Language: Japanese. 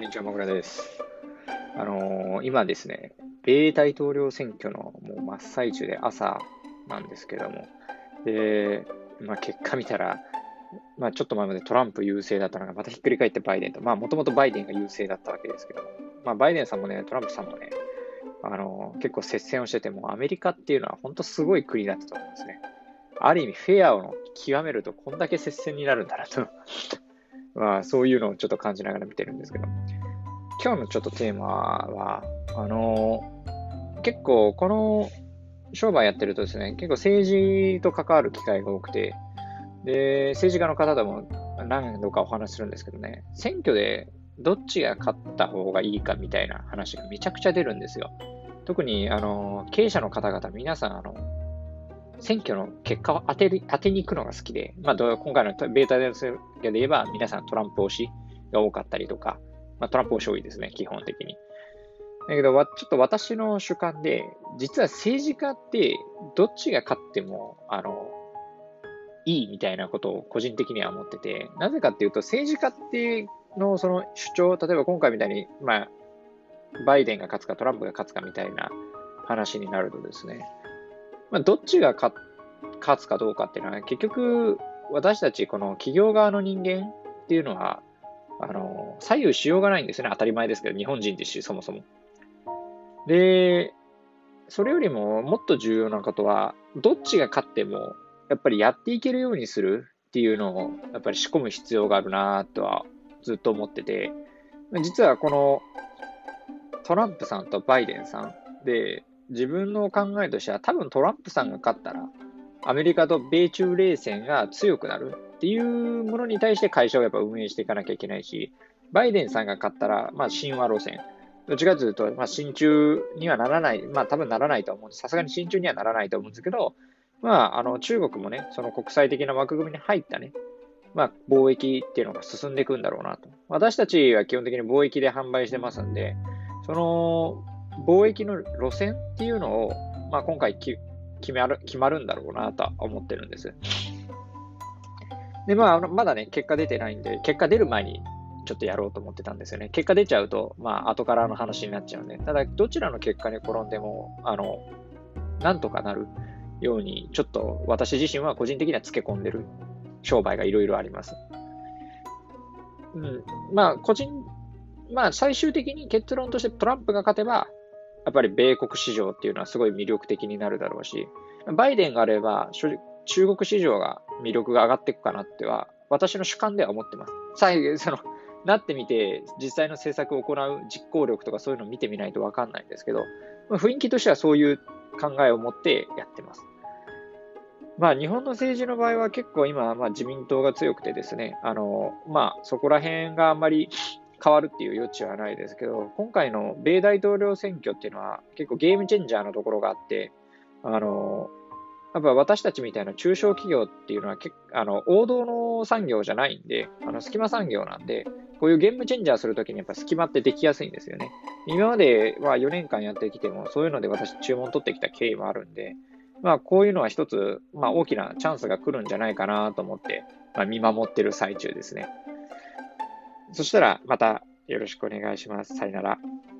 にちは、もぐらです。今ですね、米大統領選挙のもう真っ最中で朝なんですけども、で、結果見たら、ちょっと前までトランプ優勢だったのが、またひっくり返ってバイデンと、もともとバイデンが優勢だったわけですけども、バイデンさんもね、トランプさんもね、結構接戦をしてても、アメリカっていうのは本当すごい国だったと思うんですね。ある意味、フェアを極めると、こんだけ接戦になるんだなとそういうのをちょっと感じながら見てるんですけど、今日のちょっとテーマは、結構この商売やってるとですね、結構政治と関わる機会が多くて、で、政治家の方とも何度かお話しするんですけどね、選挙でどっちが勝った方がいいかみたいな話がめちゃくちゃ出るんですよ。特に、経営者の方々、皆さん、選挙の結果を当てに行くのが好きで、今回のベータで言えば、皆さんトランプ推しが多かったりとか、トランプ推し多いですね、基本的に。だけど、ちょっと私の主観で、実は政治家ってどっちが勝っても、いいみたいなことを個人的には思ってて、なぜかっていうと、政治家ってのその主張、例えば今回みたいに、バイデンが勝つかトランプが勝つかみたいな話になるとですね、どっちが勝つかどうかっていうのは、結局、私たちこの企業側の人間っていうのは、左右しようがないんですよね。当たり前ですけど、日本人ですし、そもそも。で、それよりももっと重要なことは、どっちが勝っても、やっぱりやっていけるようにするっていうのを、やっぱり仕込む必要があるなとはずっと思ってて、実はこのトランプさんとバイデンさんで、自分の考えとしては、多分トランプさんが勝ったら、アメリカと米中冷戦が強くなるっていうものに対して会社をやっぱ運営していかなきゃいけないし、バイデンさんが勝ったら、親和路線。どっちかというと、親中にはならない、多分ならないと思うんです。さすがに親中にはならないと思うんですけど、中国もね、その国際的な枠組みに入ったね、貿易っていうのが進んでいくんだろうなと。私たちは基本的に貿易で販売してますんで、その貿易の路線っていうのを、今回決まるんだろうなとは思ってるんです。で、まだね、結果出てないんで、結果出る前にちょっとやろうと思ってたんですよね。結果出ちゃうと、後からの話になっちゃうんで、ただ、どちらの結果に転んでも、なんとかなるように、ちょっと私自身は個人的にはつけ込んでる商売がいろいろあります。最終的に結論としてトランプが勝てば、やっぱり米国市場っていうのはすごい魅力的になるだろうし、バイデンがあれば、中国市場が魅力が上がっていくかなっては、私の主観では思ってます。なってみて、実際の政策を行う実行力とかそういうのを見てみないと分かんないんですけど、雰囲気としてはそういう考えを持ってやってます。日本の政治の場合は結構今、自民党が強くてですね、そこら辺があんまり変わるっていう余地はないですけど、今回の米大統領選挙っていうのは結構ゲームチェンジャーのところがあって、やっぱ私たちみたいな中小企業っていうのは王道の産業じゃないんで、隙間産業なんで、こういうゲームチェンジャーするときにやっぱ隙間ってできやすいんですよね。今までは4年間やってきても、そういうので私注文取ってきた経緯もあるんで、こういうのは一つ、大きなチャンスが来るんじゃないかなと思って、見守ってる最中ですね。そしたら、またよろしくお願いします。さよなら。